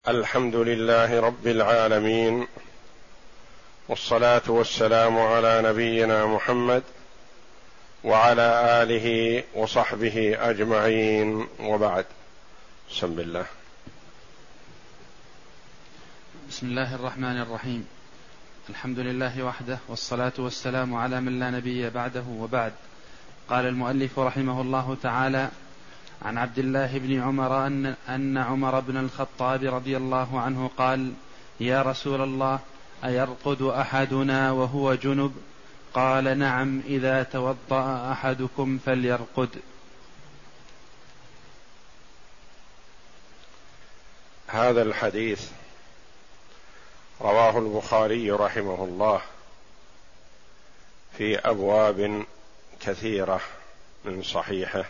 الحمد لله رب العالمين، والصلاة والسلام على نبينا محمد وعلى آله وصحبه أجمعين، وبعد. بسم الله. بسم الله الرحمن الرحيم. الحمد لله وحده، والصلاة والسلام على من لا نبي بعده، وبعد. قال المؤلف رحمه الله تعالى: عن عبد الله بن عمر أن عمر بن الخطاب رضي الله عنه قال: يا رسول الله، أيرقد أحدنا وهو جنب؟ قال: نعم، إذا توضأ أحدكم فليرقد. هذا الحديث رواه البخاري رحمه الله في أبواب كثيرة من صحيحه،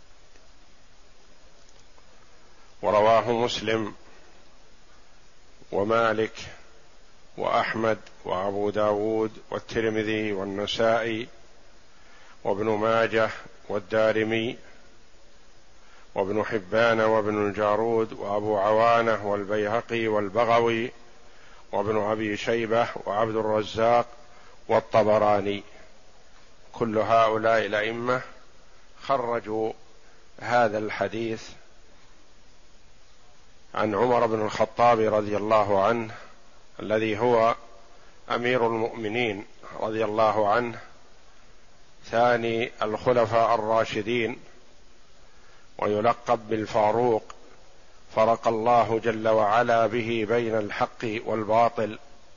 ورواه مسلم ومالك وأحمد وأبو داود والترمذي والنسائي وابن ماجه والدارمي وابن حبان وابن الجارود وأبو عوانة والبيهقي والبغوي وابن أبي شيبة وعبد الرزاق والطبراني. كل هؤلاء الأئمة خرجوا هذا الحديث عن عمر بن الخطاب رضي الله عنه، الذي هو أمير المؤمنين رضي الله عنه، ثاني الخلفاء الراشدين، ويلقب بالفاروق، فرق الله جل وعلا به بين الحق والباطل،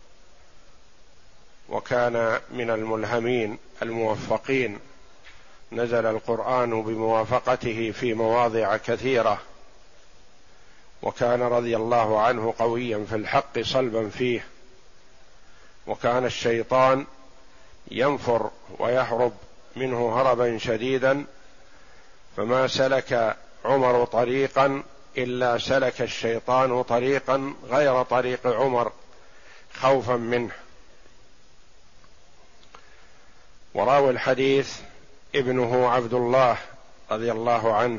وكان من الملهمين الموفقين، نزل القرآن بموافقته في مواضع كثيرة، وكان رضي الله عنه قويا في الحق صلبا فيه، وكان الشيطان ينفر ويهرب منه هربا شديدا، فما سلك عمر طريقا إلا سلك الشيطان طريقا غير طريق عمر خوفا منه. وراوي الحديث ابنه عبد الله رضي الله عنه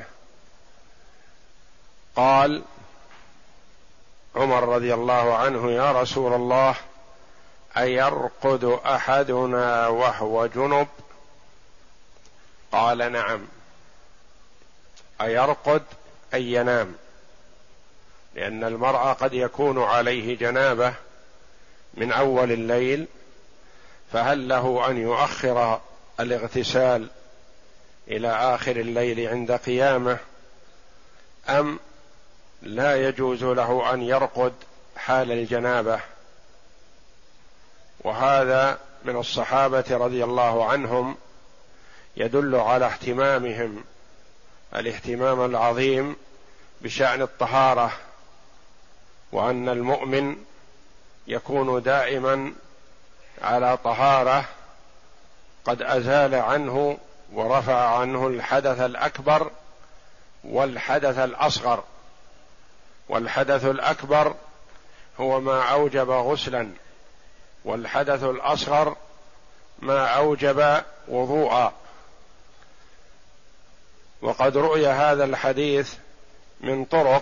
قال عمر رضي الله عنه: يا رسول الله، أيرقد أحدنا وهو جنب؟ قال: نعم. أيرقد أي ينام، لأن المرء قد يكون عليه جنابة من أول الليل، فهل له أن يؤخر الاغتسال إلى آخر الليل عند قيامه، أم لا يجوز له أن يرقد حال الجنابة؟ وهذا من الصحابة رضي الله عنهم يدل على اهتمامهم الاهتمام العظيم بشأن الطهارة، وأن المؤمن يكون دائما على طهارة قد أزال عنه ورفع عنه الحدث الأكبر والحدث الأصغر. والحدث الأكبر هو ما أوجب غسلا، والحدث الأصغر ما أوجب وضوءا. وقد رؤي هذا الحديث من طرق،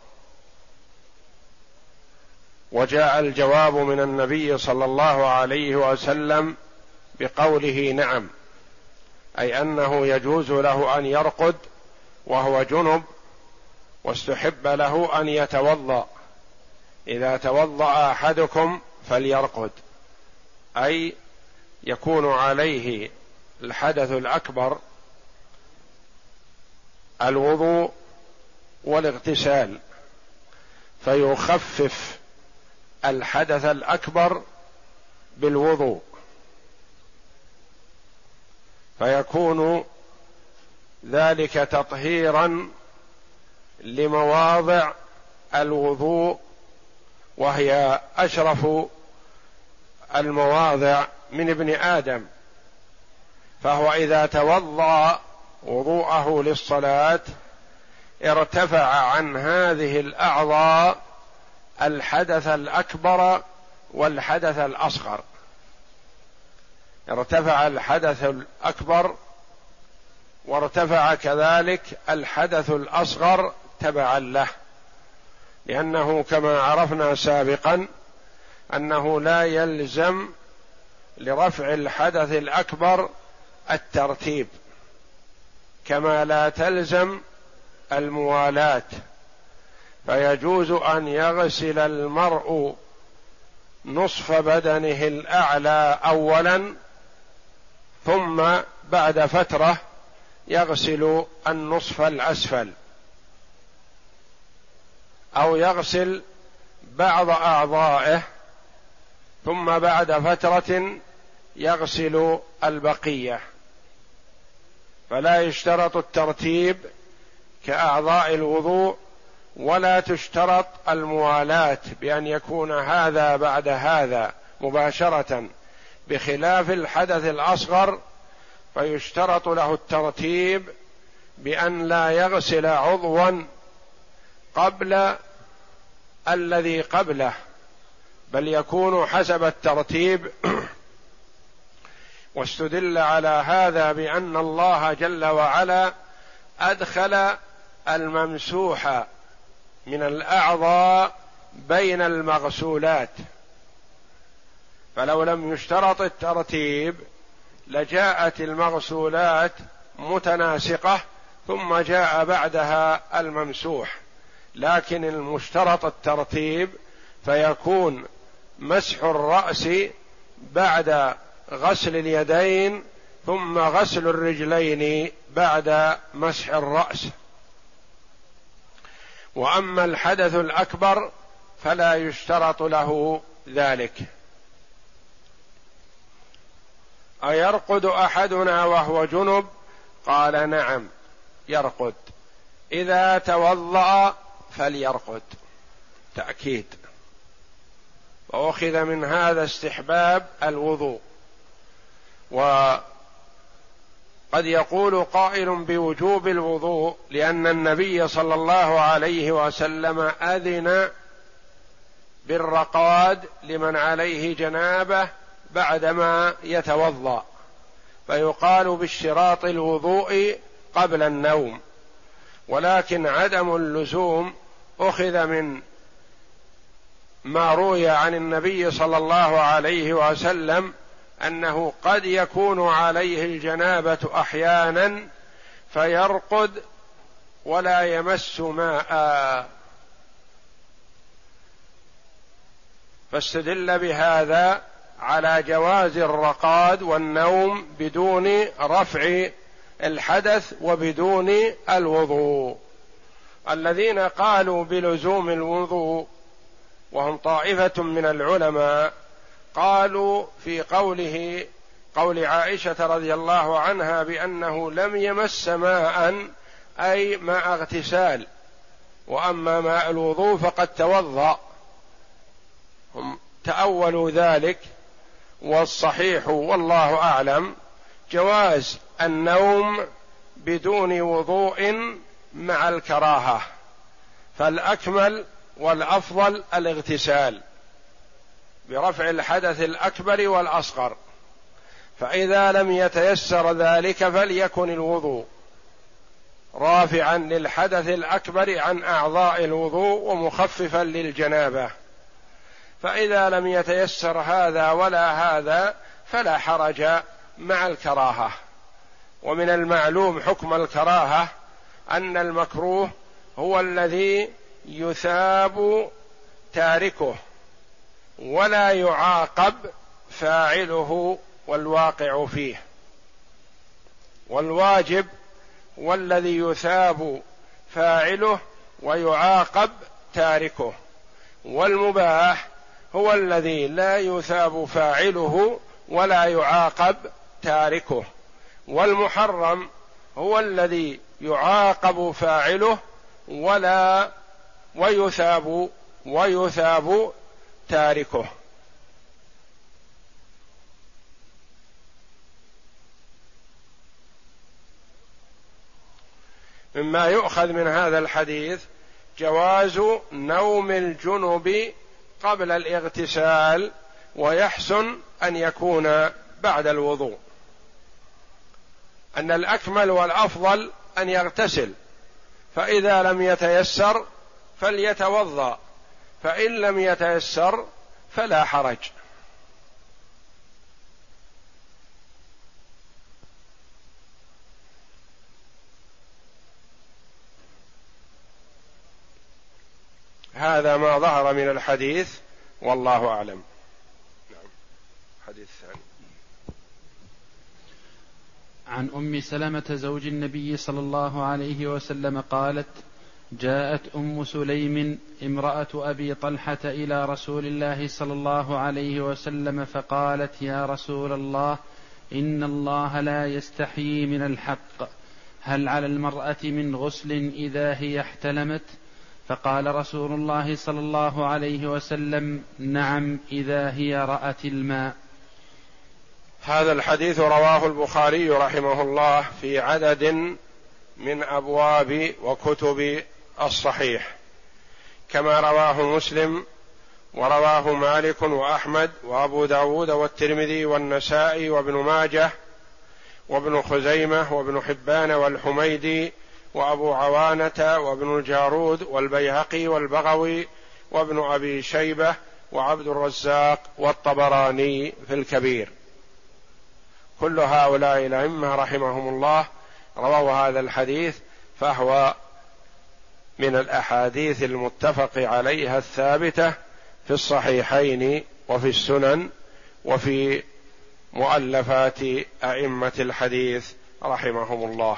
وجاء الجواب من النبي صلى الله عليه وسلم بقوله نعم، أي أنه يجوز له أن يرقد وهو جنب، واستحب له أن يتوضأ. إذا توضأ أحدكم فليرقد، أي يكون عليه الحدث الأكبر الوضوء والاغتسال، فيخفف الحدث الأكبر بالوضوء، فيكون ذلك تطهيرا لمواضع الوضوء، وهي أشرف المواضع من ابن آدم، فهو إذا توضأ وضوءه للصلاة ارتفع عن هذه الأعضاء الحدث الأكبر والحدث الأصغر، ارتفع الحدث الأكبر وارتفع كذلك الحدث الأصغر تبعا له، لأنه كما عرفنا سابقا أنه لا يلزم لرفع الحدث الأكبر الترتيب، كما لا تلزم الموالاة، فيجوز أن يغسل المرء نصف بدنه الأعلى أولا، ثم بعد فترة يغسل النصف الأسفل، أو يغسل بعض أعضائه ثم بعد فترة يغسل البقية، فلا يشترط الترتيب كأعضاء الوضوء، ولا تشترط الموالاة بأن يكون هذا بعد هذا مباشرة، بخلاف الحدث الأصغر فيشترط له الترتيب بأن لا يغسل عضوا قبل الذي قبله، بل يكون حسب الترتيب. واستدل على هذا بأن الله جل وعلا أدخل الممسوح من الأعضاء بين المغسولات، فلو لم يشترط الترتيب لجاءت المغسولات متناسقة ثم جاء بعدها الممسوح، لكن المشترط الترتيب، فيكون مسح الرأس بعد غسل اليدين ثم غسل الرجلين بعد مسح الرأس. وأما الحدث الأكبر فلا يشترط له ذلك. أيرقد أحدنا وهو جنب؟ قال نعم يرقد، إذا توضأ فليرقد، تأكيد. وأخذ من هذا استحباب الوضوء. وقد يقول قائل بوجوب الوضوء لأن النبي صلى الله عليه وسلم أذن بالرقاد لمن عليه جنابة بعدما يتوضأ، فيقال باشتراط الوضوء قبل النوم. ولكن عدم اللزوم أخذ من ما روي عن النبي صلى الله عليه وسلم أنه قد يكون عليه الجنابة أحيانا فيرقد ولا يمس ماء، فاستدل بهذا على جواز الرقاد والنوم بدون رفع الحدث وبدون الوضوء. الذين قالوا بلزوم الوضوء وهم طائفة من العلماء قالوا في قول عائشة رضي الله عنها بأنه لم يمس ماء أي ماء اغتسال، وأما ماء الوضوء فقد توضأ، هم تأولوا ذلك. والصحيح والله أعلم جواز النوم بدون وضوء مع الكراهة، فالأكمل والأفضل الاغتسال برفع الحدث الأكبر والأصغر، فإذا لم يتيسر ذلك فليكن الوضوء رافعا للحدث الأكبر عن أعضاء الوضوء ومخففا للجنابة، فإذا لم يتيسر هذا ولا هذا فلا حرج مع الكراهة. ومن المعلوم حكم الكراهة أن المكروه هو الذي يثاب تاركه ولا يعاقب فاعله والواقع فيه، والواجب والذي يثاب فاعله ويعاقب تاركه، والمباح هو الذي لا يثاب فاعله ولا يعاقب تاركه، والمحرم هو الذي يعاقب فاعله ويثاب تاركه. مما يؤخذ من هذا الحديث جواز نوم الجنب قبل الاغتسال، ويحسن أن يكون بعد الوضوء، أن الأكمل والأفضل أن يغتسل، فإذا لم يتيسر فليتوضأ، فإن لم يتيسر فلا حرج. هذا ما ظهر من الحديث والله أعلم. نعم. حديث ثاني عن أم سلمة زوج النبي صلى الله عليه وسلم قالت: جاءت أم سليم امرأة أبي طلحة إلى رسول الله صلى الله عليه وسلم فقالت: يا رسول الله، إن الله لا يستحيي من الحق، هل على المرأة من غسل إذا هي احتلمت؟ فقال رسول الله صلى الله عليه وسلم: نعم، إذا هي رأت الماء. هذا الحديث رواه البخاري رحمه الله في عدد من أبواب وكتب الصحيح، كما رواه مسلم ورواه مالك وأحمد وأبو داود والترمذي والنسائي وابن ماجه وابن خزيمة وابن حبان والحميدي وأبو عوانة وابن الجارود والبيهقي والبغوي وابن أبي شيبة وعبد الرزاق والطبراني في الكبير. كل هؤلاء الأئمة رحمهم الله رووا هذا الحديث، فهو من الأحاديث المتفق عليها الثابتة في الصحيحين وفي السنن وفي مؤلفات أئمة الحديث رحمهم الله.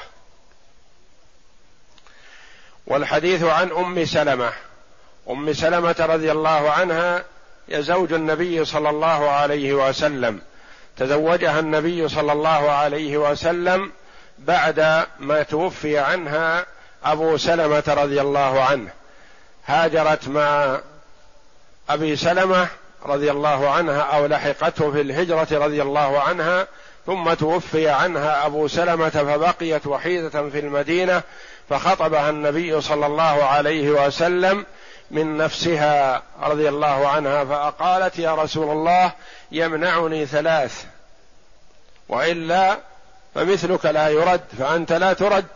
والحديث عن أم سلمة رضي الله عنها زوج النبي صلى الله عليه وسلم، تزوجها النبي صلى الله عليه وسلم بعد ما توفي عنها أبو سلمة رضي الله عنه. هاجرت مع أبي سلمة رضي الله عنها أو لحقته في الهجرة رضي الله عنها، ثم توفي عنها أبو سلمة فبقيت وحيدة في المدينة، فخطبها النبي صلى الله عليه وسلم من نفسها رضي الله عنها، فقالت: يا رسول الله، يمنعني ثلاث، وإلا فمثلك لا يرد، فأنت لا ترد.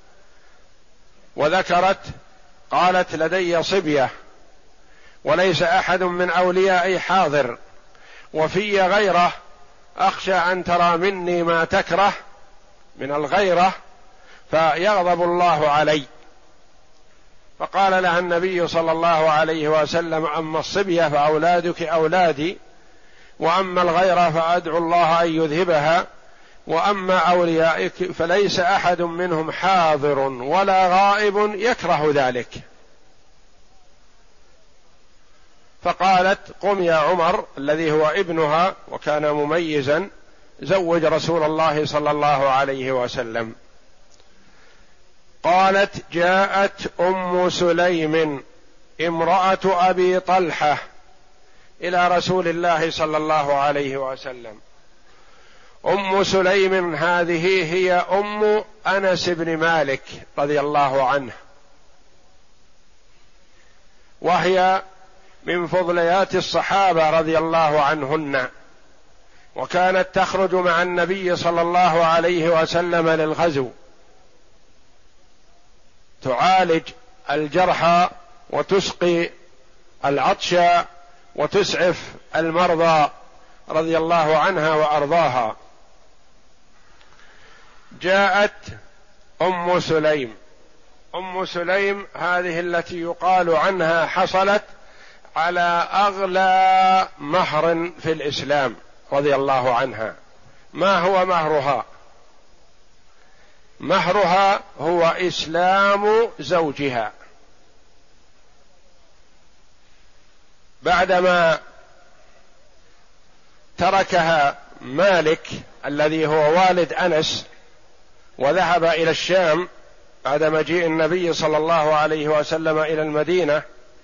وذكرت قالت: لدي صبية وليس أحد من أوليائي حاضر، وفي غيره، أخشى أن ترى مني ما تكره من الغيرة فيغضب الله علي. فقال لها النبي صلى الله عليه وسلم: أما الصبية فأولادك أولادي، وأما الغيرة فأدعو الله أن يذهبها، وأما أوليائك فليس أحد منهم حاضر ولا غائب يكره ذلك. فقالت: قم يا عمر، الذي هو ابنها وكان مميزا، زوج رسول الله صلى الله عليه وسلم. قالت: جاءت أم سليم امرأة أبي طلحة إلى رسول الله صلى الله عليه وسلم. أم سليم هذه هي أم أنس بن مالك رضي الله عنه، وهي من فضليات الصحابة رضي الله عنهن، وكانت تخرج مع النبي صلى الله عليه وسلم للغزو، تعالج الجرحى وتسقي العطش وتسعف المرضى رضي الله عنها وأرضاها. جاءت أم سليم. أم سليم هذه التي يقال عنها حصلت على أغلى مهر في الإسلام رضي الله عنها. ما هو مهرها؟ مهرها هو إسلام زوجها. بعدما تركها مالك الذي هو والد أنس وذهب إلى الشام بعد مجيء النبي صلى الله عليه وسلم إلى المدينة،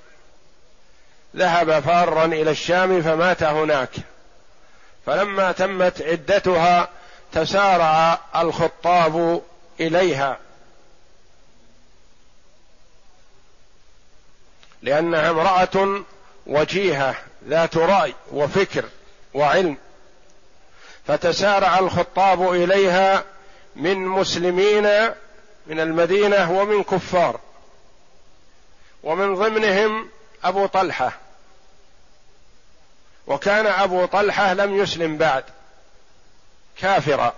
ذهب فارا إلى الشام فمات هناك. فلما تمت عدتها تسارع الخطاب إليها، لأنها امرأة وجيهة ذات رأي وفكر وعلم، فتسارع الخطاب إليها من مسلمين من المدينة ومن كفار، ومن ضمنهم أبو طلحة، وكان أبو طلحة لم يسلم بعد كافرا،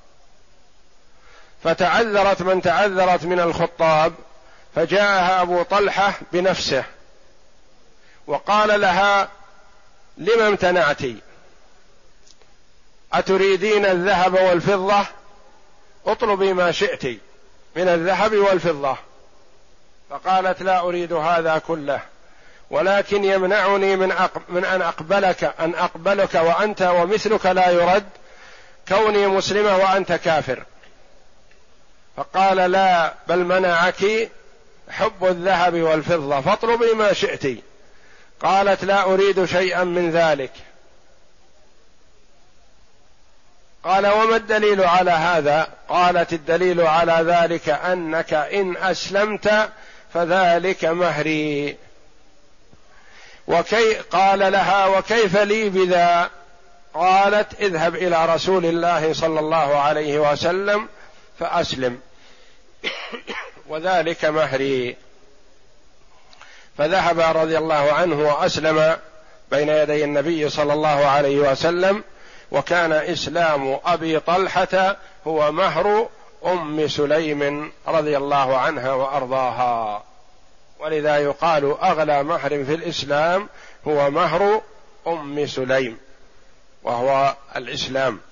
فتعذرت من تعذرت من الخطاب، فجاءها أبو طلحة بنفسه وقال لها: لم امتنعت؟ أتريدين الذهب والفضة؟ اطلبي ما شئت من الذهب والفضة. فقالت: لا أريد هذا كله، ولكن يمنعني من أن أقبلك وأنت ومثلك لا يرد كوني مسلمة وأنت كافر. فقال: لا، بل منعك حب الذهب والفضة، فاطلبي ما شئت. قالت: لا أريد شيئا من ذلك. قال: وما الدليل على هذا؟ قالت: الدليل على ذلك أنك إن أسلمت فذلك مهري. قال لها: وكيف لي بذا؟ قالت: اذهب إلى رسول الله صلى الله عليه وسلم فأسلم وذلك مهري. فذهب رضي الله عنه وأسلم بين يدي النبي صلى الله عليه وسلم، وكان إسلام أبي طلحة هو مهر أم سليم رضي الله عنها وأرضاها، ولذا يقال أغلى مهر في الإسلام هو مهر أم سليم، وهو الإسلام.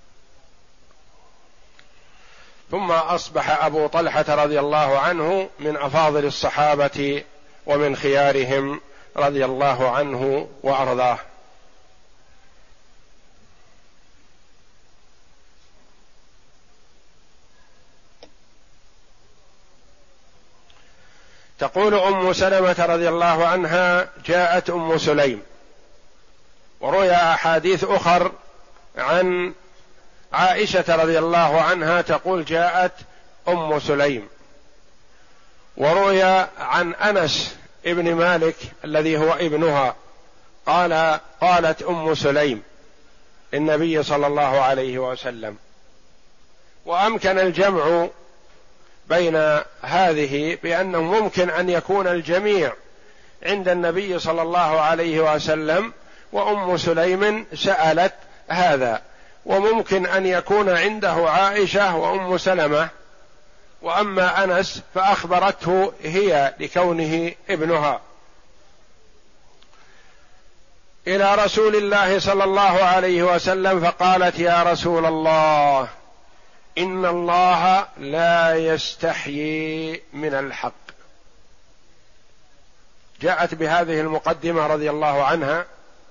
ثم أصبح أبو طلحة رضي الله عنه من أفاضل الصحابة ومن خيارهم رضي الله عنه وأرضاه. تقول أم سلمة رضي الله عنها: جاءت أم سليم. وروي أحاديث أخر عن عائشة رضي الله عنها تقول: جاءت أم سليم. وروي عن أنس ابن مالك الذي هو ابنها قالت أم سليم للنبي صلى الله عليه وسلم. وأمكن الجمع بين هذه بأنه ممكن أن يكون الجميع عند النبي صلى الله عليه وسلم، وأم سليم سألت هذا، وممكن أن يكون عنده عائشة وأم سلمة، وأما أنس فأخبرته هي لكونه ابنها إلى رسول الله صلى الله عليه وسلم، فقالت: يا رسول الله، إن الله لا يستحيي من الحق. جاءت بهذه المقدمة رضي الله عنها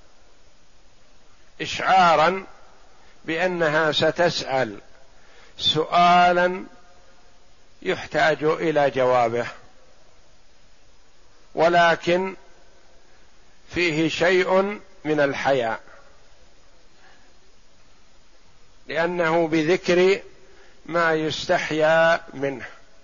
إشعارا بأنها ستسأل سؤالا يحتاج إلى جوابه، ولكن فيه شيء من الحياء، لأنه بذكر ما يستحيا منه.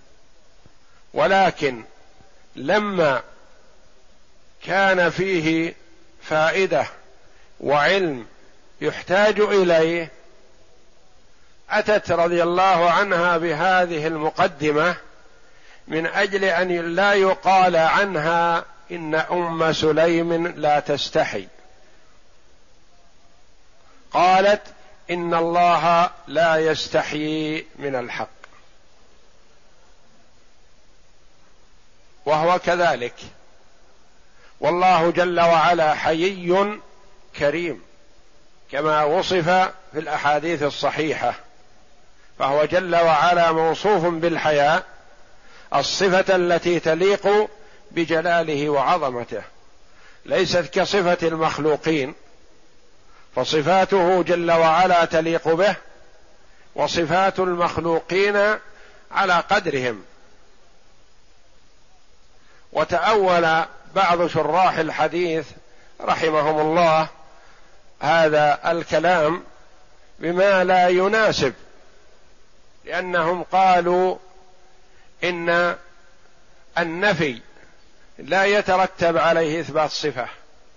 ولكن لما كان فيه فائدة وعلم يحتاج إليه، أتت رضي الله عنها بهذه المقدمة من أجل أن لا يقال عنها إن أم سليم لا تستحي. قالت: إن الله لا يستحيي من الحق. وهو كذلك، والله جل وعلا حيي كريم كما وصف في الأحاديث الصحيحة، فهو جل وعلا موصوف بالحياء، الصفة التي تليق بجلاله وعظمته، ليست كصفة المخلوقين، فصفاته جل وعلا تليق به، وصفات المخلوقين على قدرهم. وتأول بعض شراح الحديث رحمهم الله هذا الكلام بما لا يناسب، لأنهم قالوا إن النفي لا يترتب عليه إثبات صفة،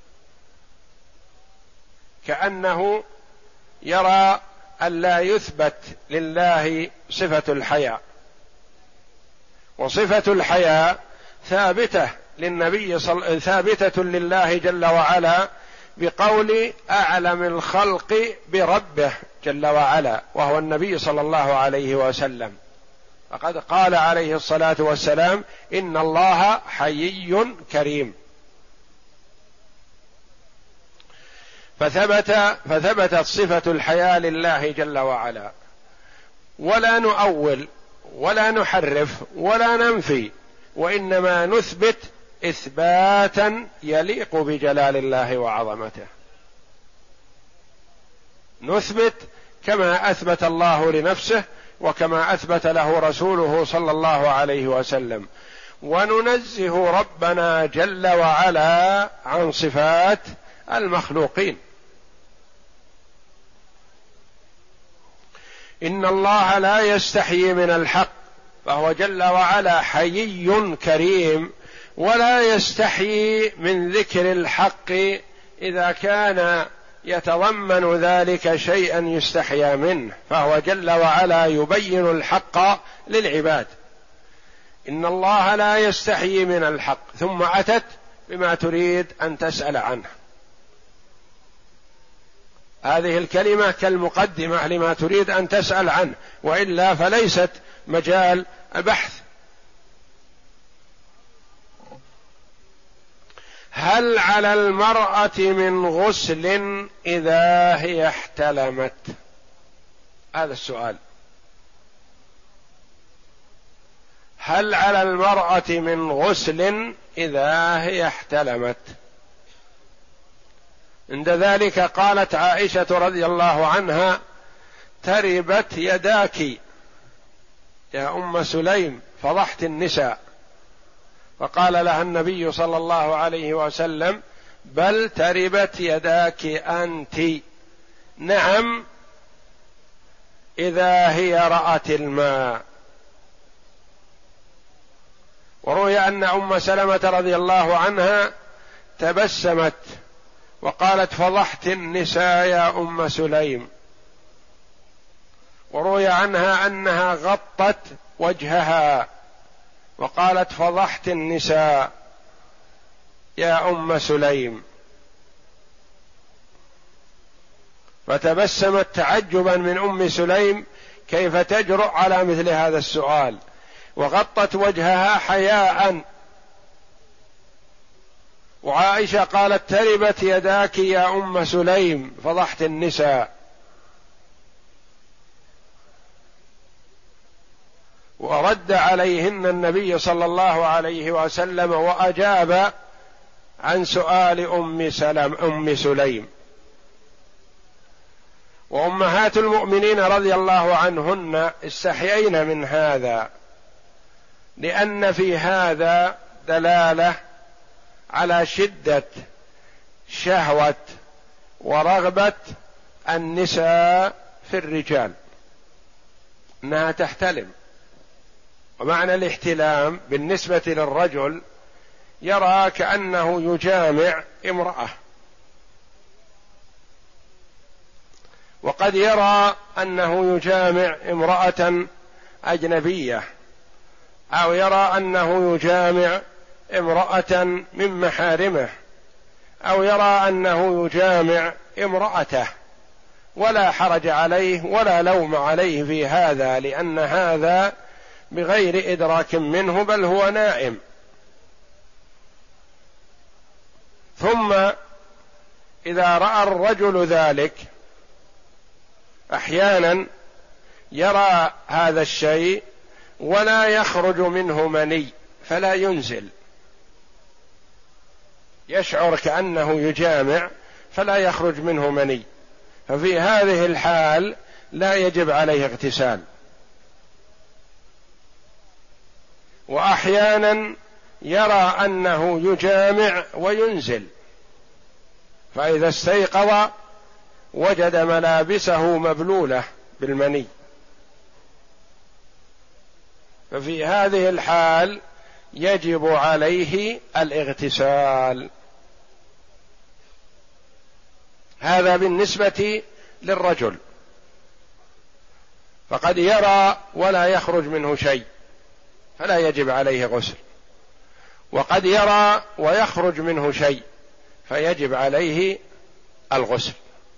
كأنه يرى أن لا يثبت لله صفة الحياء، وصفة الحياء ثابتة ثابتة لله جل وعلا بقول أعلم الخلق بربه جل وعلا وهو النبي صلى الله عليه وسلم، فقد قال عليه الصلاة والسلام إن الله حيي كريم. فثبتت صفة الحياة لله جل وعلا، ولا نؤول ولا نحرف ولا ننفي، وإنما نثبت إثباتا يليق بجلال الله وعظمته. نثبت كما أثبت الله لنفسه وكما أثبت له رسوله صلى الله عليه وسلم، وننزه ربنا جل وعلا عن صفات المخلوقين. إن الله لا يستحيي من الحق، فهو جل وعلا حيي كريم، ولا يستحيي من ذكر الحق إذا كان يتضمن ذلك شيئا يستحيا منه، فهو جل وعلا يبين الحق للعباد. إن الله لا يستحيي من الحق، ثم أتت بما تريد أن تسأل عنه. هذه الكلمة كالمقدمة لما تريد أن تسأل عنه، وإلا فليست مجال بحث. هل على المرأة من غسل إذا هي احتلمت؟ هذا السؤال. هل على المرأة من غسل إذا هي احتلمت؟ عند ذلك قالت عائشة رضي الله عنها: تربت يداك يا أم سليم، فضحت النساء. فقال لها النبي صلى الله عليه وسلم: بل تربت يداك أنت. نعم، إذا هي رأت الماء. وروي أن أم سلمة رضي الله عنها تبسمت وقالت: فضحت النساء يا أم سليم. وروي عنها أنها غطت وجهها وقالت: فضحت النساء يا أم سليم. فتبسمت تعجبا من أم سليم كيف تجرؤ على مثل هذا السؤال، وغطت وجهها حياء. وعائشة قالت: تربت يداك يا أم سليم، فضحت النساء. ورد عليهن النبي صلى الله عليه وسلم وأجاب عن سؤال أم سليم. وأمهات المؤمنين رضي الله عنهن استحيين من هذا، لأن في هذا دلالة على شدة شهوة ورغبة النساء في الرجال، انها تحتلم. ومعنى الاحتلام بالنسبة للرجل يرى كأنه يجامع امرأة، وقد يرى أنه يجامع امرأة أجنبية، أو يرى أنه يجامع امرأة من محارمه، أو يرى أنه يجامع امرأته، ولا حرج عليه ولا لوم عليه في هذا، لأن هذا بغير إدراك منه، بل هو نائم. ثم إذا رأى الرجل ذلك أحيانا يرى هذا الشيء ولا يخرج منه مني، فلا ينزل، يشعر كأنه يجامع فلا يخرج منه مني، ففي هذه الحال لا يجب عليه اغتسال. وأحيانا يرى أنه يجامع وينزل، فإذا استيقظ وجد ملابسه مبلولة بالمني، ففي هذه الحال يجب عليه الاغتسال. هذا بالنسبة للرجل، فقد يرى ولا يخرج منه شيء فلا يجب عليه غسل. وقد يرى ويخرج منه شيء فيجب عليه الغسل.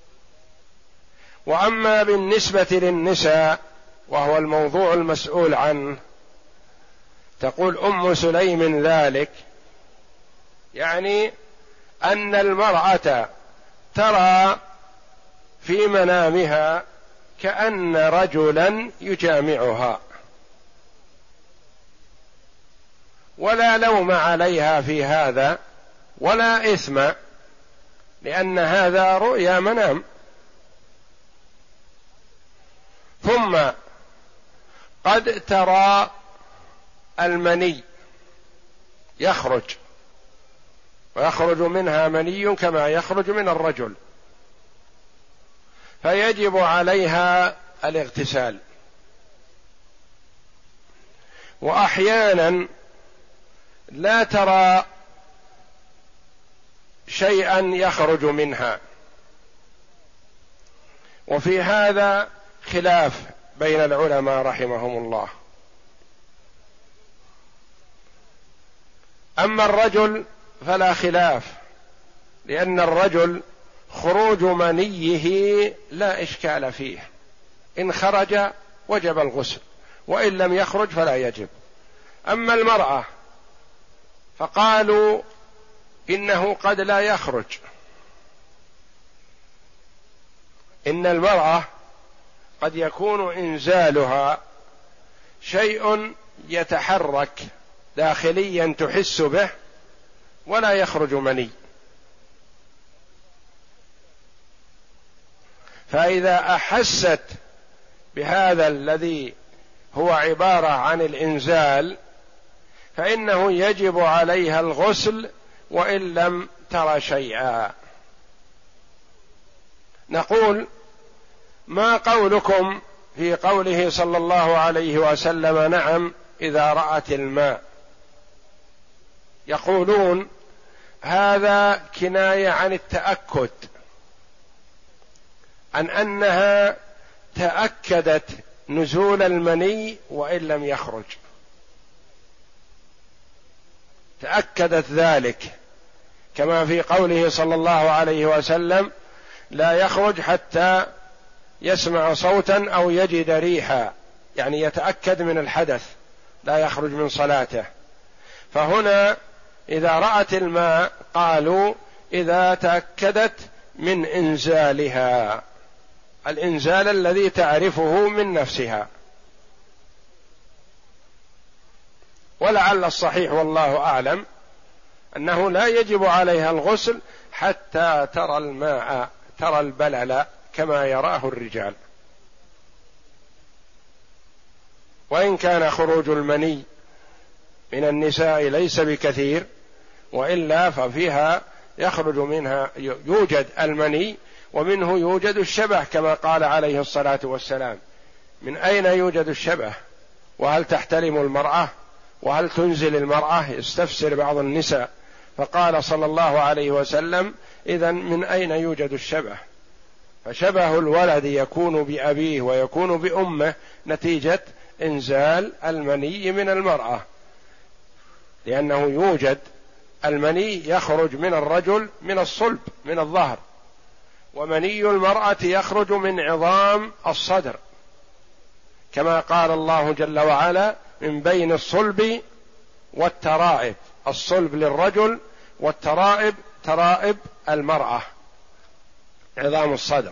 وأما بالنسبة للنساء وهو الموضوع المسؤول عنه، تقول أم سليم ذلك يعني أن المرأة ترى في منامها كأن رجلا يجامعها، ولا لوم عليها في هذا ولا إثم، لأن هذا رؤيا منام. ثم قد ترى المني يخرج، ويخرج منها مني كما يخرج من الرجل، فيجب عليها الاغتسال. وأحيانا لا ترى شيئا يخرج منها، وفي هذا خلاف بين العلماء رحمهم الله. أما الرجل فلا خلاف، لأن الرجل خروج منيه لا إشكال فيه، إن خرج وجب الغسل، وإن لم يخرج فلا يجب. أما المرأة فقالوا إنه قد لا يخرج، إن المرأة قد يكون إنزالها شيء يتحرك داخليا تحس به ولا يخرج مني، فإذا أحست بهذا الذي هو عبارة عن الإنزال فإنه يجب عليها الغسل وإن لم ترى شيئا. نقول: ما قولكم في قوله صلى الله عليه وسلم نعم إذا رأت الماء؟ يقولون هذا كناية عن التأكد، عن أنها تأكدت نزول المني وإن لم يخرج، تأكدت ذلك، كما في قوله صلى الله عليه وسلم لا يخرج حتى يسمع صوتا أو يجد ريحا، يعني يتأكد من الحدث، لا يخرج من صلاته. فهنا إذا رأت الماء قالوا إذا تأكدت من إنزالها، الإنزال الذي تعرفه من نفسها. ولعل الصحيح والله أعلم أنه لا يجب عليها الغسل حتى ترى الماء، ترى البلل كما يراه الرجال. وإن كان خروج المني من النساء ليس بكثير، وإلا ففيها يخرج منها يوجد المني ومنه يوجد الشبه، كما قال عليه الصلاة والسلام: من أين يوجد الشبه؟ وهل تحتلم المرأة؟ وهل تنزل المرأة؟ يستفسر بعض النساء، فقال صلى الله عليه وسلم: إذن من أين يوجد الشبه؟ فشبه الولد يكون بأبيه ويكون بأمه نتيجة إنزال المني من المرأة، لأنه يوجد المني يخرج من الرجل من الصلب من الظهر، ومني المرأة يخرج من عظام الصدر، كما قال الله جل وعلا: من بين الصلب والترائب، الصلب للرجل والترائب ترائب المرأة، عظام الصدر.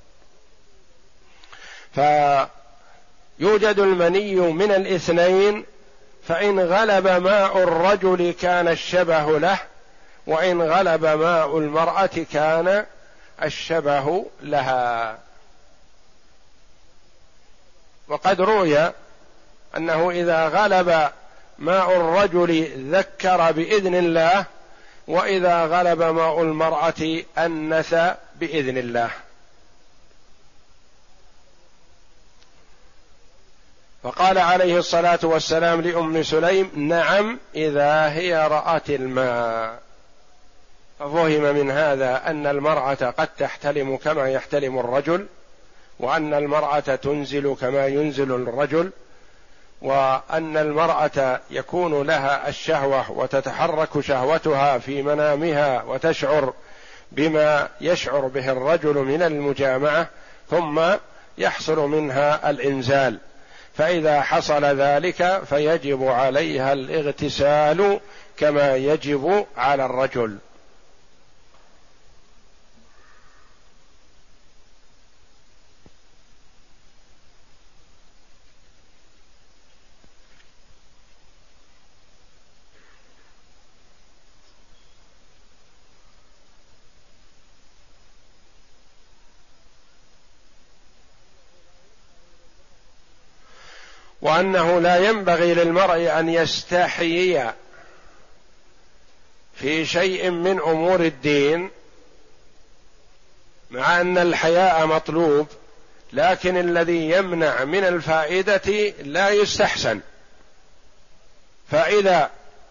فيوجد المني من الاثنين، فإن غلب ماء الرجل كان الشبه له، وإن غلب ماء المرأة كان الشبه لها. وقد روي أنه إذا غلب ماء الرجل ذكر بإذن الله، وإذا غلب ماء المرأة أنث بإذن الله. فقال عليه الصلاة والسلام لأم سليم: نعم إذا هي رأت الماء. ففهم من هذا أن المرأة قد تحتلم كما يحتلم الرجل، وأن المرأة تنزل كما ينزل الرجل، وأن المرأة يكون لها الشهوة وتتحرك شهوتها في منامها وتشعر بما يشعر به الرجل من المجامعة، ثم يحصل منها الإنزال، فإذا حصل ذلك فيجب عليها الاغتسال كما يجب على الرجل. وأنه لا ينبغي للمرء أن يستحيي في شيء من أمور الدين، مع أن الحياء مطلوب، لكن الذي يمنع من الفائدة لا يستحسن. فإذا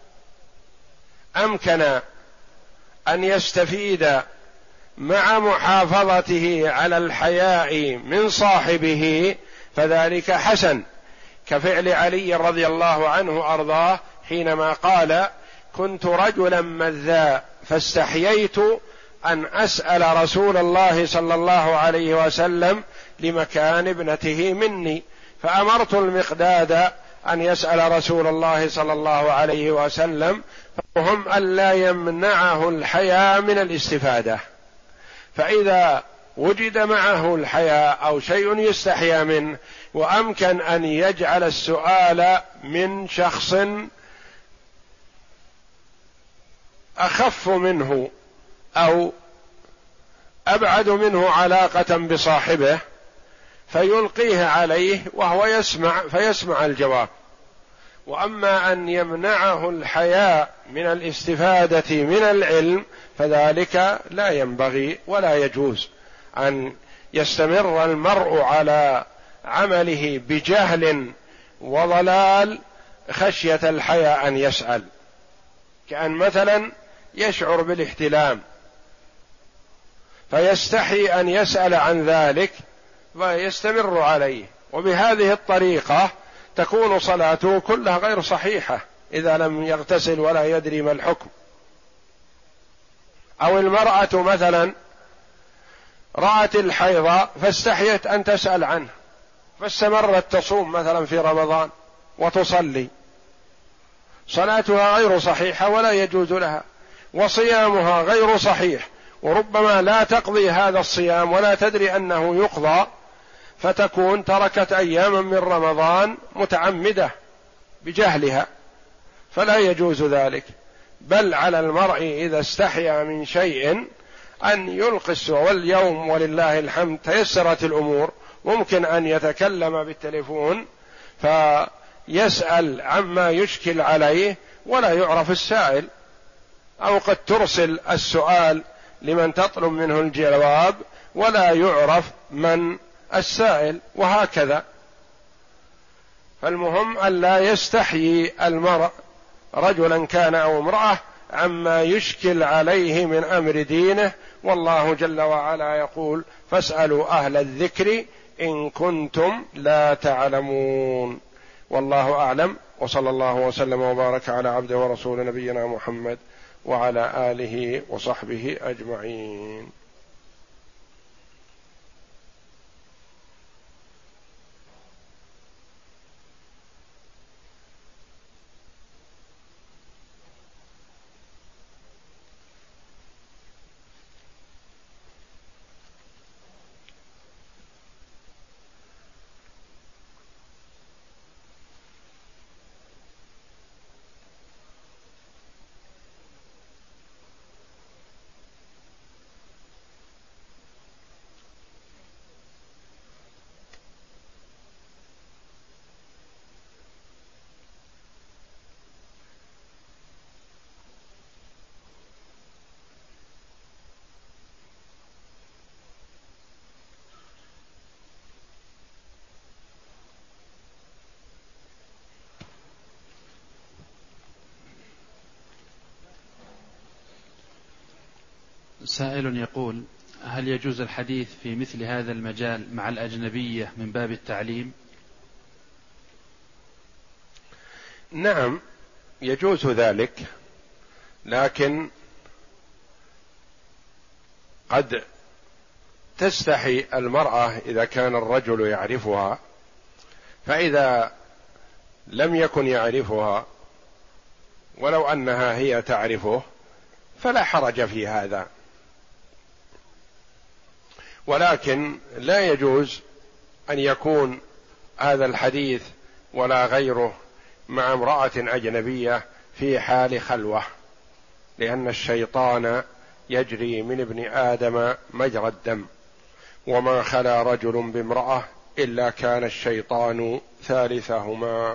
أمكن أن يستفيد مع محافظته على الحياء من صاحبه فذلك حسن، كفعل علي رضي الله عنه أرضاه حينما قال: كنت رجلا مذاء فاستحييت أن أسأل رسول الله صلى الله عليه وسلم لمكان ابنته مني، فأمرت المقداد أن يسأل رسول الله صلى الله عليه وسلم، فهم ألا يمنعه الحياء من الاستفادة. فإذا وجد معه الحياء أو شيء يستحيا منه وأمكن أن يجعل السؤال من شخص أخف منه أو أبعد منه علاقة بصاحبه فيلقيه عليه وهو يسمع فيسمع الجواب. وأما أن يمنعه الحياء من الاستفادة من العلم فذلك لا ينبغي ولا يجوز أن يستمر المرء على عمله بجهل وضلال خشية الحياء أن يسأل، كأن مثلا يشعر بالاحتلام فيستحي أن يسأل عن ذلك فيستمر عليه، وبهذه الطريقة تكون صلاته كلها غير صحيحة إذا لم يغتسل ولا يدري ما الحكم. أو المرأة مثلا رأت الحيض فاستحيت أن تسأل عنه فاستمرت تصوم مثلا في رمضان وتصلي، صلاتها غير صحيحة ولا يجوز لها، وصيامها غير صحيح، وربما لا تقضي هذا الصيام ولا تدري أنه يقضى، فتكون تركت أياما من رمضان متعمدة بجهلها، فلا يجوز ذلك. بل على المرء إذا استحيا من شيء أن يلقي السؤال، واليوم ولله الحمد تيسرت الأمور، ممكن أن يتكلم بالتليفون فيسأل عما يشكل عليه ولا يعرف السائل، أو قد ترسل السؤال لمن تطلب منه الجواب ولا يعرف من السائل، وهكذا. فالمهم أن لا يستحيي المرء رجلا كان أو امرأة عما يشكل عليه من أمر دينه، والله جل وعلا يقول: فاسألوا أهل الذكر إن كنتم لا تعلمون. والله أعلم، وصلى الله وسلم وبارك على عبده ورسول نبينا محمد وعلى آله وصحبه أجمعين. سائل يقول: هل يجوز الحديث في مثل هذا المجال مع الأجنبية من باب التعليم؟ نعم يجوز ذلك، لكن قد تستحي المرأة إذا كان الرجل يعرفها، فإذا لم يكن يعرفها ولو أنها هي تعرفه فلا حرج في هذا، ولكن لا يجوز أن يكون هذا الحديث ولا غيره مع امرأة أجنبية في حال خلوة، لأن الشيطان يجري من ابن آدم مجرى الدم، وما خلا رجل بامرأة إلا كان الشيطان ثالثهما.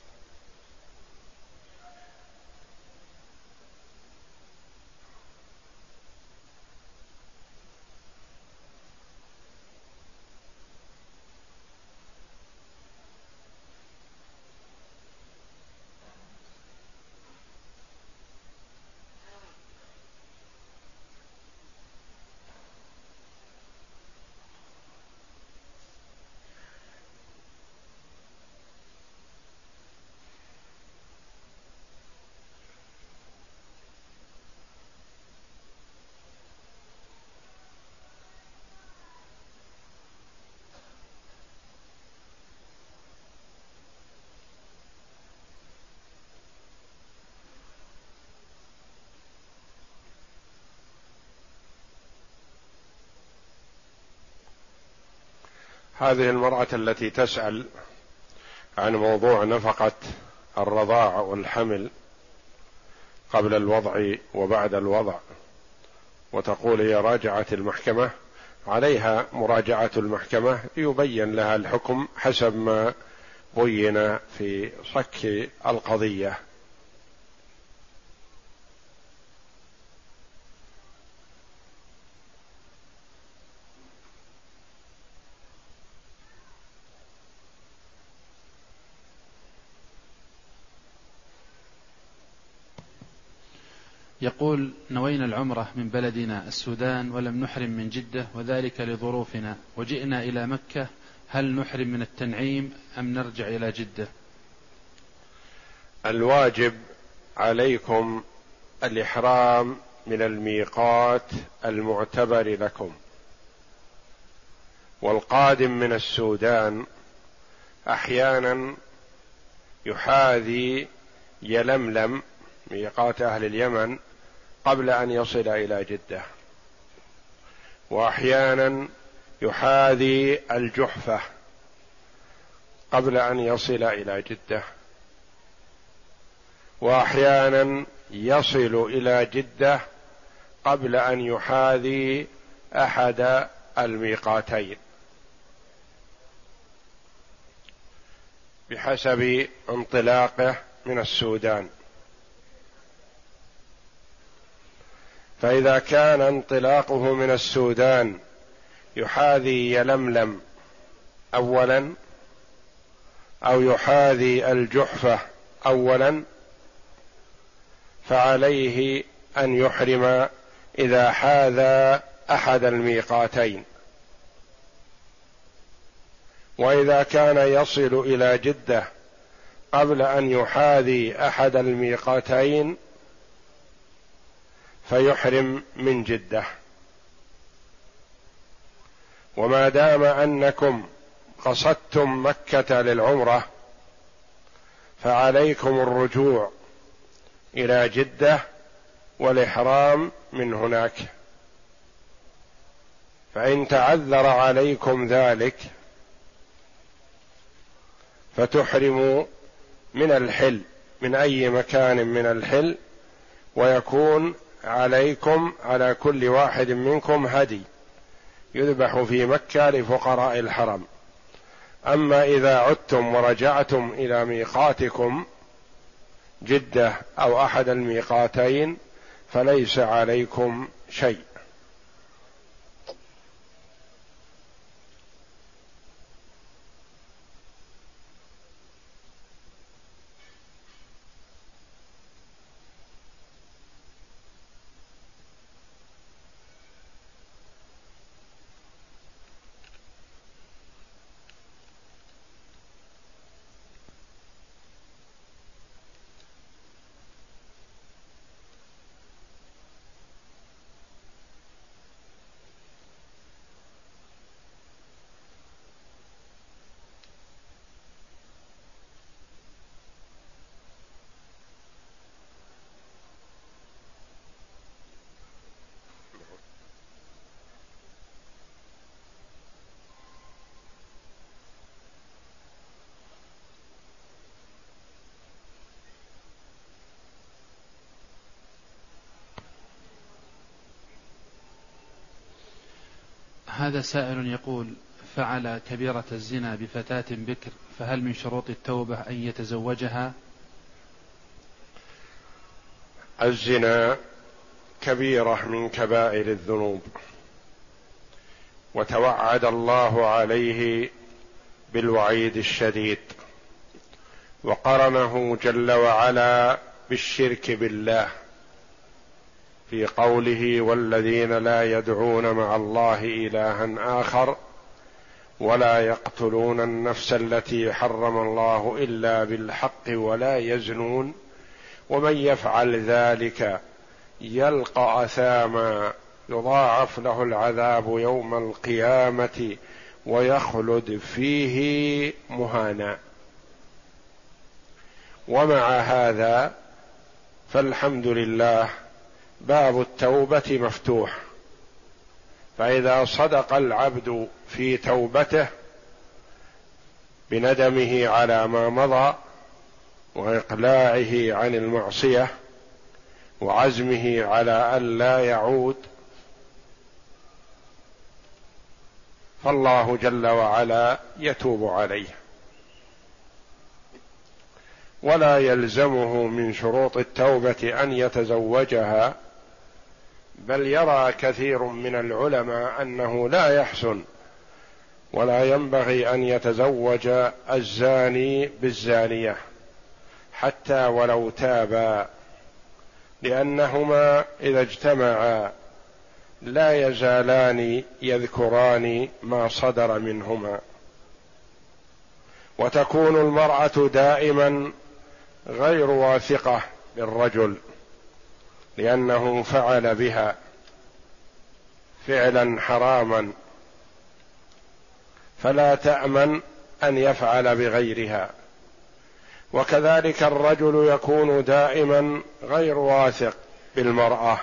هذه المرأة التي تسأل عن موضوع نفقة الرضاع والحمل قبل الوضع وبعد الوضع، وتقول هي راجعت المحكمة، عليها مراجعة المحكمة ليبين لها الحكم حسب ما بين في صك القضية. يقول: نوينا العمرة من بلدنا السودان ولم نحرم من جدة، وذلك لظروفنا، وجئنا إلى مكة، هل نحرم من التنعيم أم نرجع إلى جدة؟ الواجب عليكم الإحرام من الميقات المعتبر لكم، والقادم من السودان أحيانا يحاذي يلملم ميقات أهل اليمن قبل أن يصل إلى جدة، وأحيانا يحاذي الجحفة قبل أن يصل إلى جدة، وأحيانا يصل إلى جدة قبل أن يحاذي أحد الميقاتين بحسب انطلاقه من السودان. فإذا كان انطلاقه من السودان يحاذي يلملم أولا أو يحاذي الجحفة أولا، فعليه أن يحرم إذا حاذى أحد الميقاتين. وإذا كان يصل إلى جدة قبل أن يحاذي أحد الميقاتين فيحرم من جدة. وما دام أنكم قصدتم مكة للعمرة فعليكم الرجوع إلى جدة والإحرام من هناك، فإن تعذر عليكم ذلك فتحرموا من الحل من أي مكان من الحل، ويكون عليكم على كل واحد منكم هدي يذبح في مكة لفقراء الحرم. أما إذا عدتم ورجعتم إلى ميقاتكم جدة أو أحد الميقاتين فليس عليكم شيء. هذا سائل يقول: فعل كبيرة الزنا بفتاة بكر، فهل من شروط التوبة أن يتزوجها؟ الزنا كبيرة من كبائر الذنوب، وتوعد الله عليه بالوعيد الشديد، وقرنه جل وعلا بالشرك بالله في قوله: والذين لا يدعون مع الله إلها آخر ولا يقتلون النفس التي حرم الله إلا بالحق ولا يزنون ومن يفعل ذلك يلقى أثاما يضاعف له العذاب يوم القيامة ويخلد فيه مهانا. ومع هذا فالحمد لله باب التوبة مفتوح، فإذا صدق العبد في توبته بندمه على ما مضى وإقلاعه عن المعصية وعزمه على ألا يعود، فالله جل وعلا يتوب عليه، ولا يلزمه من شروط التوبة أن يتزوجها، بل يرى كثير من العلماء أنه لا يحسن ولا ينبغي أن يتزوج الزاني بالزانية حتى ولو تابا، لأنهما إذا اجتمعا لا يزالان يذكران ما صدر منهما، وتكون المرأة دائما غير واثقة بالرجل لأنه فعل بها فعلا حراما، فلا تأمن أن يفعل بغيرها. وكذلك الرجل يكون دائما غير واثق بالمرأة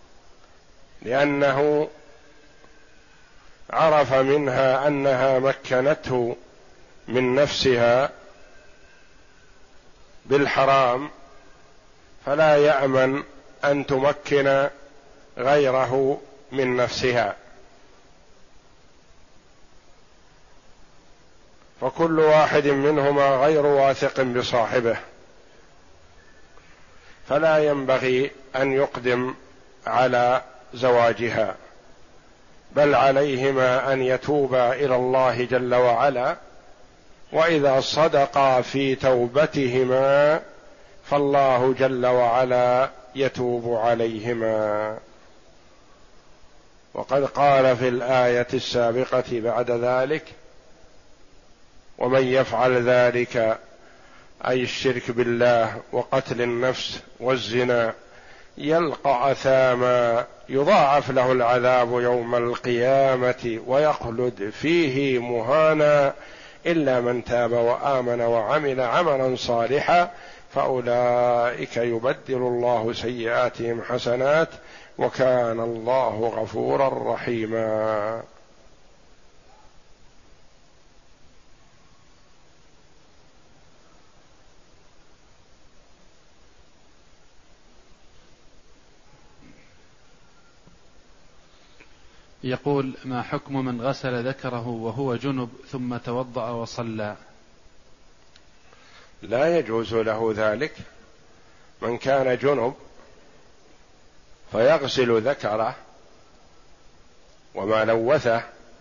لأنه عرف منها أنها مكنته من نفسها بالحرام، فلا يأمن أن تمكن غيره من نفسها. فكل واحد منهما غير واثق بصاحبه، فلا ينبغي أن يقدم على زواجها، بل عليهما أن يتوبا إلى الله جل وعلا، وإذا صدقا في توبتهما فالله جل وعلا يتوب عليهما. وقد قال في الآية السابقة بعد ذلك: ومن يفعل ذلك أي الشرك بالله وقتل النفس والزنا يلقى أثاما يضاعف له العذاب يوم القيامة ويخلد فيه مهانا إلا من تاب وآمن وعمل عملا صالحا فأولئك يبدل الله سيئاتهم حسنات وكان الله غفورا رحيما. يقول: ما حكم من غسل ذكره وهو جنب ثم توضأ وصلى؟ لا يجوز له ذلك. من كان جنب فيغسل ذكره وما لوثه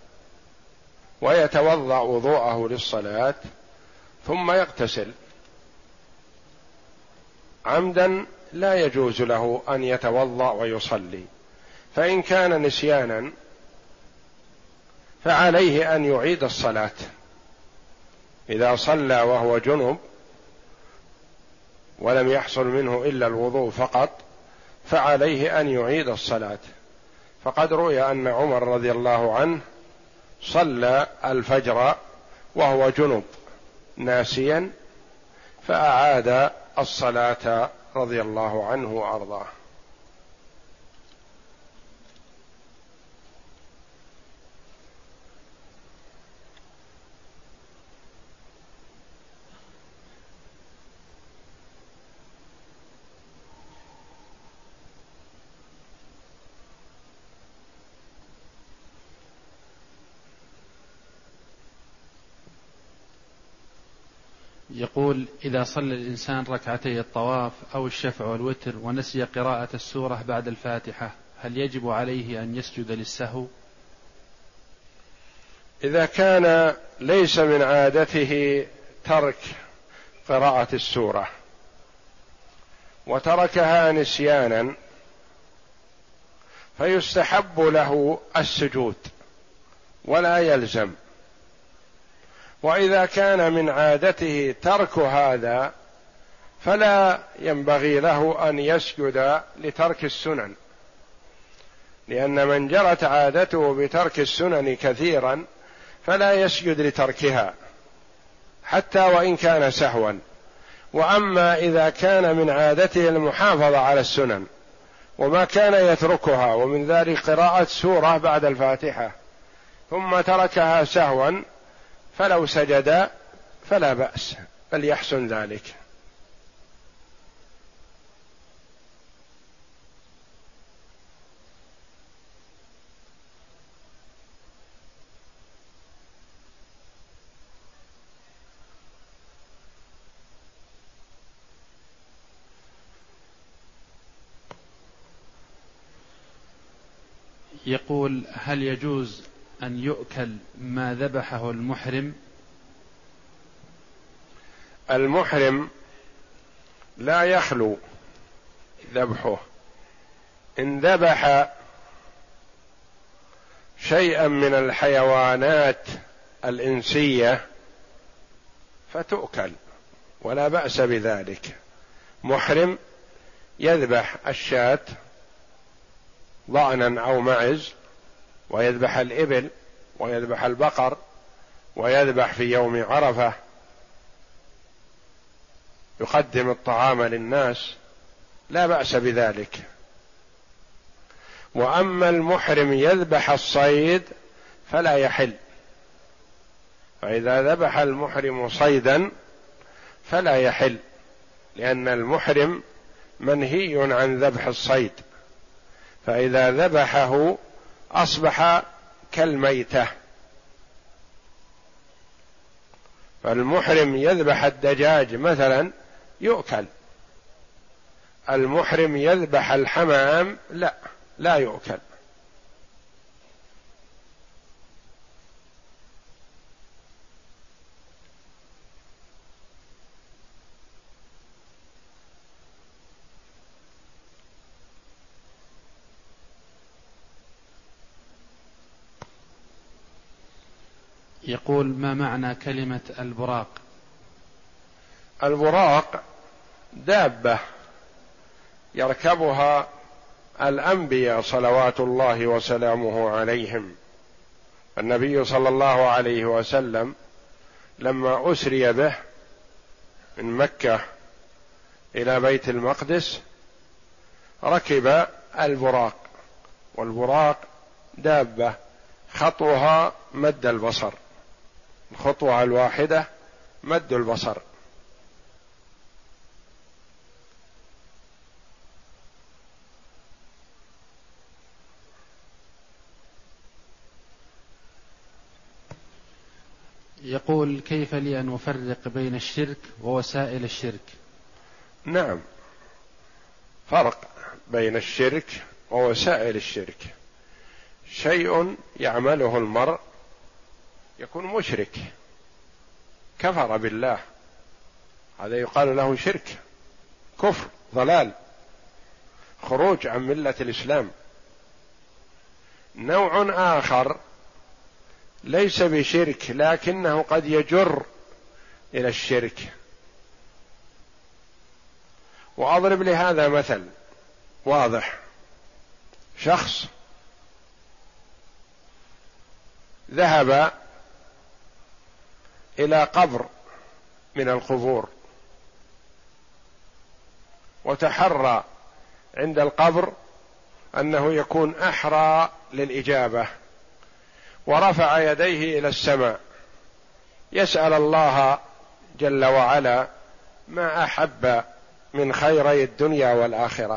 ويتوضأ وضوءه للصلاة ثم يغتسل. عمدا لا يجوز له أن يتوضأ ويصلي، فإن كان نسيانا فعليه أن يعيد الصلاة. إذا صلى وهو جنب ولم يحصل منه إلا الوضوء فقط فعليه أن يعيد الصلاة. فقد روي أن عمر رضي الله عنه صلى الفجر وهو جنب ناسيا فأعاد الصلاة رضي الله عنه وأرضاه. يقول: إذا صلى الإنسان ركعتي الطواف أو الشفع والوتر ونسي قراءة السورة بعد الفاتحة، هل يجب عليه أن يسجد للسهو؟ إذا كان ليس من عادته ترك قراءة السورة وتركها نسيانا فيستحب له السجود ولا يلزم. وإذا كان من عادته ترك هذا فلا ينبغي له أن يسجد لترك السنن، لأن من جرت عادته بترك السنن كثيرا فلا يسجد لتركها حتى وإن كان سهوا. وأما إذا كان من عادته المحافظة على السنن وما كان يتركها، ومن ذلك قراءة سورة بعد الفاتحة ثم تركها سهوا، فلو سجد فلا بأس، بل يحسن ذلك. يقول: هل يجوز أن يؤكل ما ذبحه المحرم؟ المحرم لا يخلو ذبحه، إن ذبح شيئا من الحيوانات الإنسية فتؤكل ولا بأس بذلك. محرم يذبح الشاة ضأنا أو معز، ويذبح الإبل، ويذبح البقر، ويذبح في يوم عرفة، يقدم الطعام للناس، لا بأس بذلك. وأما المحرم يذبح الصيد فلا يحل، فإذا ذبح المحرم صيدا فلا يحل، لأن المحرم منهي عن ذبح الصيد، فإذا ذبحه أصبح كالميتة. فالمحرم يذبح الدجاج مثلا يؤكل، المحرم يذبح الحمام لا يؤكل. يقول: ما معنى كلمة البراق؟ البراق دابة يركبها الأنبياء صلوات الله وسلامه عليهم. النبي صلى الله عليه وسلم لما أسري به من مكة إلى بيت المقدس ركب البراق، والبراق دابة خطوها مد البصر، الخطوة الواحدة مد البصر. يقول: كيف لي أن أفرق بين الشرك ووسائل الشرك؟ نعم، فرق بين الشرك ووسائل الشرك. شيء يعمله المرء يكون مشرك، كفر بالله، هذا يقال له شرك، كفر، ضلال، خروج عن ملة الإسلام. نوع آخر ليس بشرك لكنه قد يجر إلى الشرك. وأضرب لهذا مثل واضح: شخص ذهب إلى قبر من القبور وتحرى عند القبر أنه يكون أحرى للإجابة، ورفع يديه إلى السماء يسأل الله جل وعلا ما أحب من خيري الدنيا والآخرة،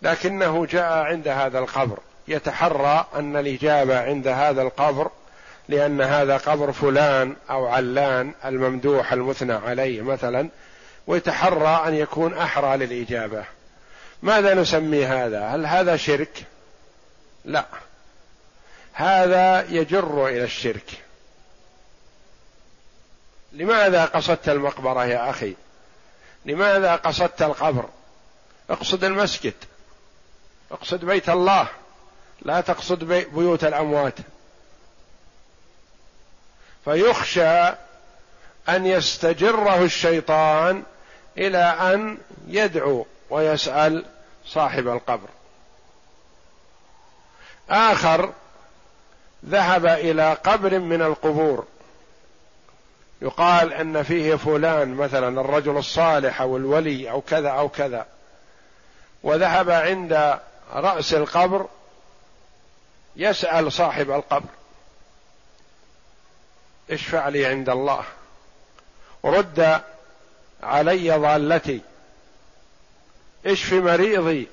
لكنه جاء عند هذا القبر يتحرى أن الإجابة عند هذا القبر لأن هذا قبر فلان أو علان الممدوح المثنى عليه مثلا، ويتحرى أن يكون أحرى للإجابة. ماذا نسمي هذا؟ هل هذا شرك؟ لا، هذا يجر إلى الشرك. لماذا قصدت المقبرة يا أخي؟ لماذا قصدت القبر؟ اقصد المسجد، اقصد بيت الله، لا تقصد بيوت الأموات. فيخشى أن يستجره الشيطان إلى أن يدعو ويسأل صاحب القبر. آخر ذهب إلى قبر من القبور يقال إن فيه فلان مثلا الرجل الصالح أو الولي أو كذا أو كذا، وذهب عند رأس القبر يسأل صاحب القبر: اشفع لي عند الله، رد علي ضالتي، اشف مريضي،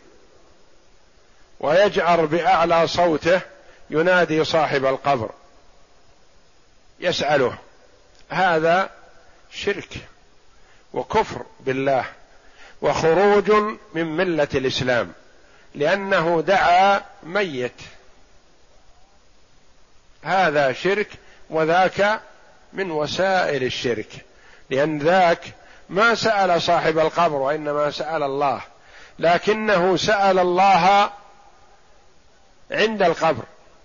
ويجعر بأعلى صوته ينادي صاحب القبر يسأله. هذا شرك وكفر بالله وخروج من ملة الإسلام، لأنه دعا ميت. هذا شرك، وذاك من وسائل الشرك، لأن ذاك ما سأل صاحب القبر وإنما سأل الله، لكنه سأل الله عند القبر،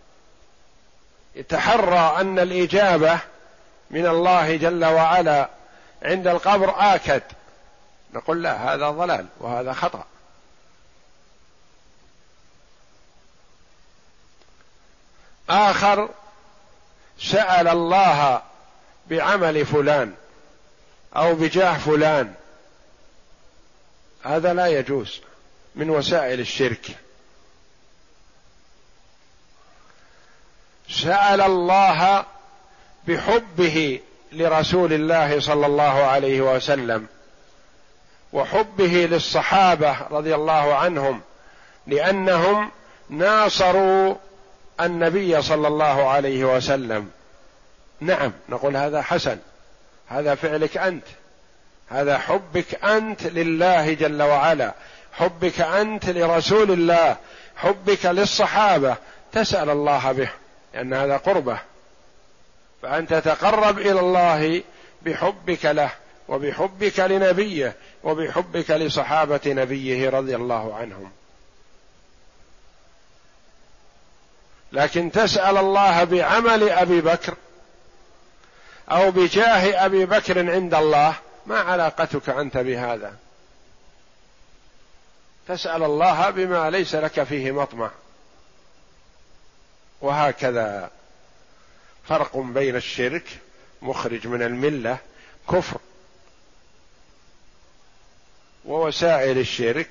يتحرى أن الإجابة من الله جل وعلا عند القبر آكد. نقول لا، هذا ضلال وهذا خطأ. آخر سأل الله بعمل فلان أو بجاه فلان، هذا لا يجوز، من وسائل الشرك. سأل الله بحبه لرسول الله صلى الله عليه وسلم وحبه للصحابة رضي الله عنهم، لأنهم ناصروا النبي صلى الله عليه وسلم. نعم، نقول هذا حسن، هذا فعلك أنت، هذا حبك أنت لله جل وعلا، حبك أنت لرسول الله، حبك للصحابة، تسأل الله به، لأن هذا قربة، فأنت تقرب إلى الله بحبك له وبحبك لنبيه وبحبك لصحابة نبيه رضي الله عنهم. لكن تسأل الله بعمل أبي بكر أو بجاه أبي بكر عند الله، ما علاقتك أنت بهذا؟ تسأل الله بما ليس لك فيه مطمع. وهكذا فرق بين الشرك مخرج من الملة كفر، ووسائل الشرك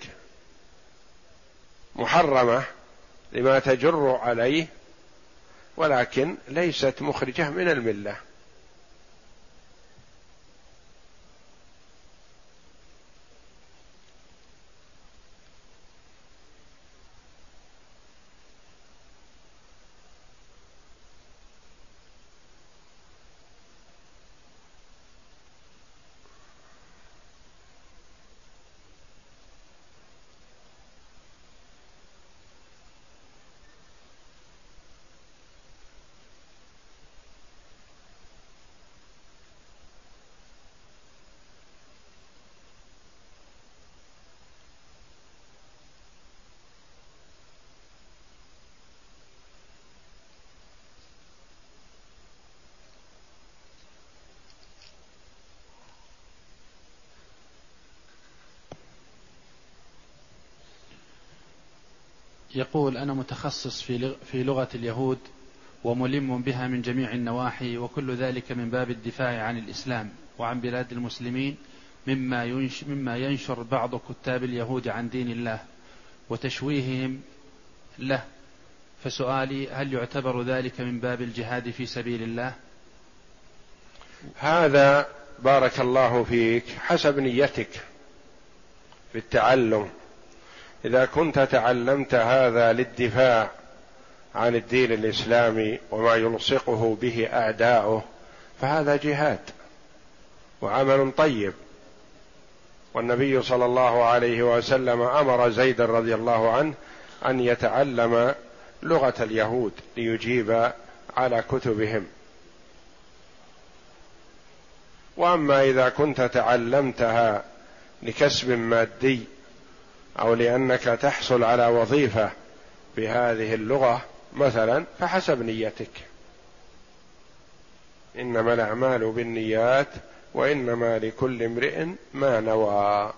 محرمة لما تجر عليه، ولكن ليست مخرجة من الملة. يقول: أنا متخصص في لغة اليهود وملم بها من جميع النواحي، وكل ذلك من باب الدفاع عن الإسلام وعن بلاد المسلمين مما ينشر بعض كتاب اليهود عن دين الله وتشويههم له. فسؤالي: هل يعتبر ذلك من باب الجهاد في سبيل الله؟ هذا بارك الله فيك حسب نيتك في التعلم. إذا كنت تعلمت هذا للدفاع عن الدين الإسلامي وما يلصقه به أعداؤه، فهذا جهاد وعمل طيب. والنبي صلى الله عليه وسلم أمر زيد رضي الله عنه أن يتعلم لغة اليهود ليجيب على كتبهم. وأما إذا كنت تعلمتها لكسب مادي أو لأنك تحصل على وظيفة بهذه اللغة مثلا فحسب نيتك، إنما الأعمال بالنيات وإنما لكل امرئ ما نوى.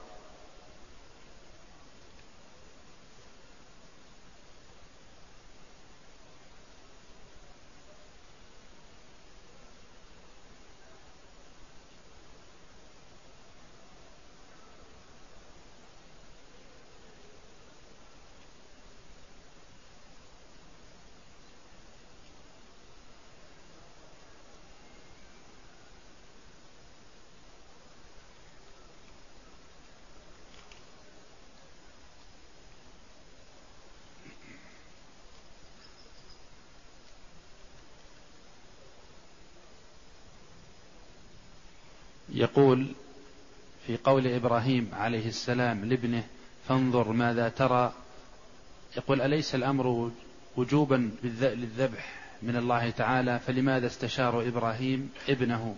يقول في قول إبراهيم عليه السلام لابنه فانظر ماذا ترى، يقول أليس الأمر وجوبا للذبح من الله تعالى، فلماذا استشار إبراهيم ابنه؟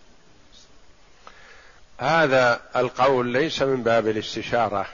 هذا القول ليس من باب الاستشارة.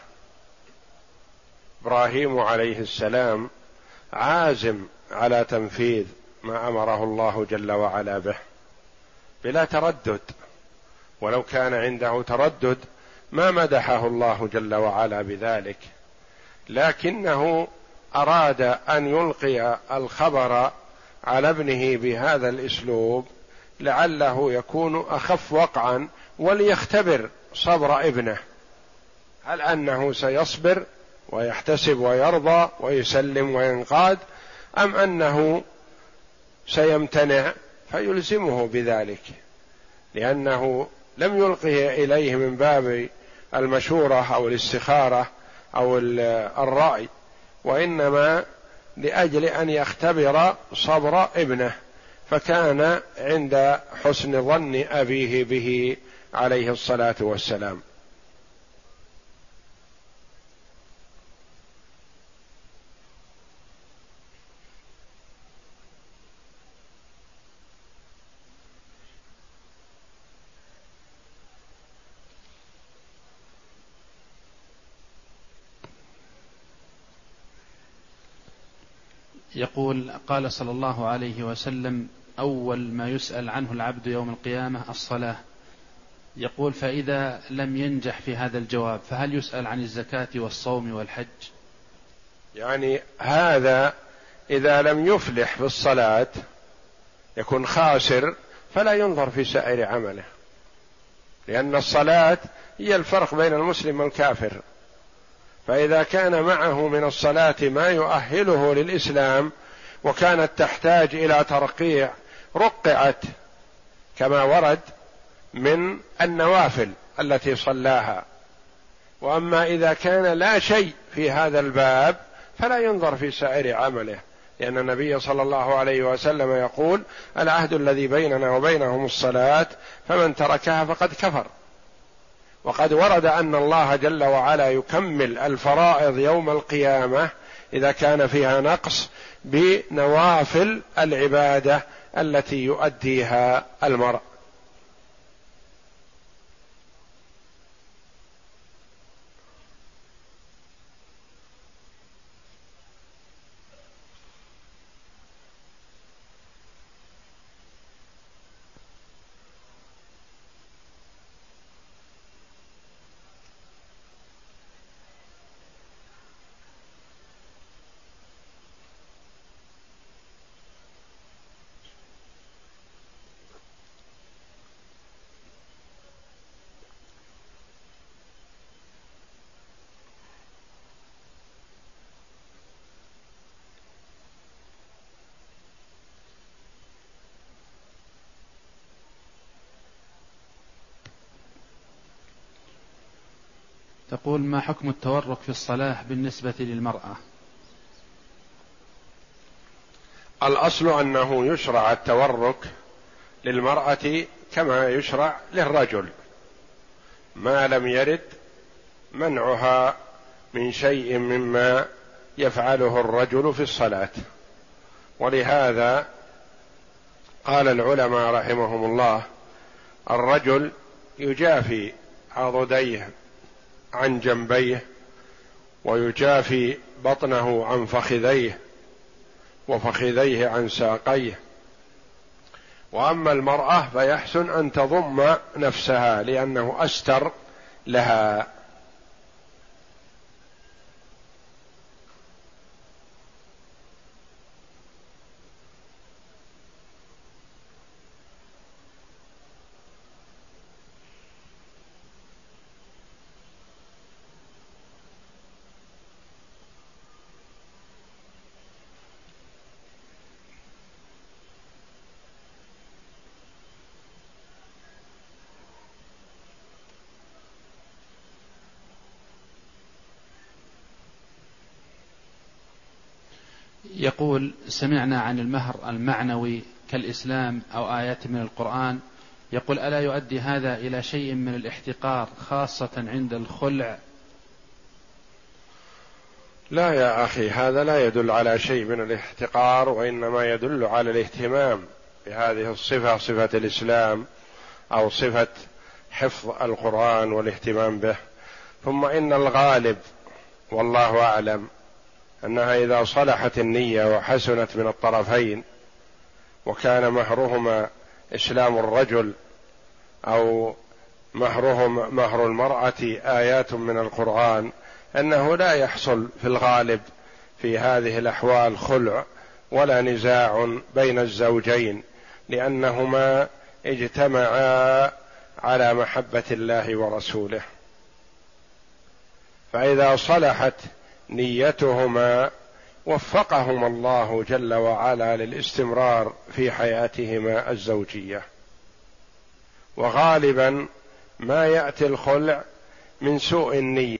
إبراهيم عليه السلام عازم على تنفيذ ما أمره الله جل وعلا به بلا تردد، ولو كان عنده تردد ما مدحه الله جل وعلا بذلك، لكنه أراد أن يلقي الخبر على ابنه بهذا الأسلوب لعله يكون أخف وقعا، وليختبر صبر ابنه، هل أنه سيصبر ويحتسب ويرضى ويسلم وينقاد، أم أنه سيمتنع فيلزمه بذلك، لأنه لم يلقه إليه من باب المشورة أو الاستخارة أو الرأي، وإنما لأجل أن يختبر صبر ابنه، فكان عند حسن ظن أبيه به عليه الصلاة والسلام. يقول قال صلى الله عليه وسلم أول ما يسأل عنه العبد يوم القيامة الصلاة، يقول فإذا لم ينجح في هذا الجواب فهل يسأل عن الزكاة والصوم والحج؟ يعني هذا إذا لم يفلح في الصلاة يكون خاسر، فلا ينظر في سائر عمله، لأن الصلاة هي الفرق بين المسلم والكافر، فإذا كان معه من الصلاة ما يؤهله للإسلام وكانت تحتاج إلى ترقيع رقعت كما ورد من النوافل التي صلاها. وأما إذا كان لا شيء في هذا الباب فلا ينظر في سائر عمله، لأن النبي صلى الله عليه وسلم يقول العهد الذي بيننا وبينهم الصلاة فمن تركها فقد كفر. وقد ورد أن الله جل وعلا يكمل الفرائض يوم القيامة إذا كان فيها نقص بنوافل العبادة التي يؤديها المرء. تقول ما حكم التورك في الصلاة بالنسبة للمرأة؟ الأصل أنه يشرع التورك للمرأة كما يشرع للرجل، ما لم يرد منعها من شيء مما يفعله الرجل في الصلاة. ولهذا قال العلماء رحمهم الله: الرجل يجافي عضديه عن جنبيه، ويجافي بطنه عن فخذيه، وفخذيه عن ساقيه. وأما المرأة فيحسن أن تضم نفسها لأنه أستر لها. يقول: سمعنا عن المهر المعنوي كالإسلام أو آيات من القرآن، يقول: ألا يؤدي هذا إلى شيء من الاحتقار خاصة عند الخلع؟ لا يا أخي، هذا لا يدل على شيء من الاحتقار، وإنما يدل على الاهتمام بهذه الصفة، صفة الإسلام أو صفة حفظ القرآن والاهتمام به. ثم إن الغالب والله أعلم أنها إذا صلحت النية وحسنت من الطرفين، وكان مهرهما إسلام الرجل أو مهر المرأة آيات من القرآن، أنه لا يحصل في الغالب في هذه الأحوال خلع ولا نزاع بين الزوجين، لأنهما اجتمعا على محبة الله ورسوله. فإذا صلحت نيتهما وفقهما الله جل وعلا للاستمرار في حياتهما الزوجية. وغالبا ما يأتي الخلع من سوء النية.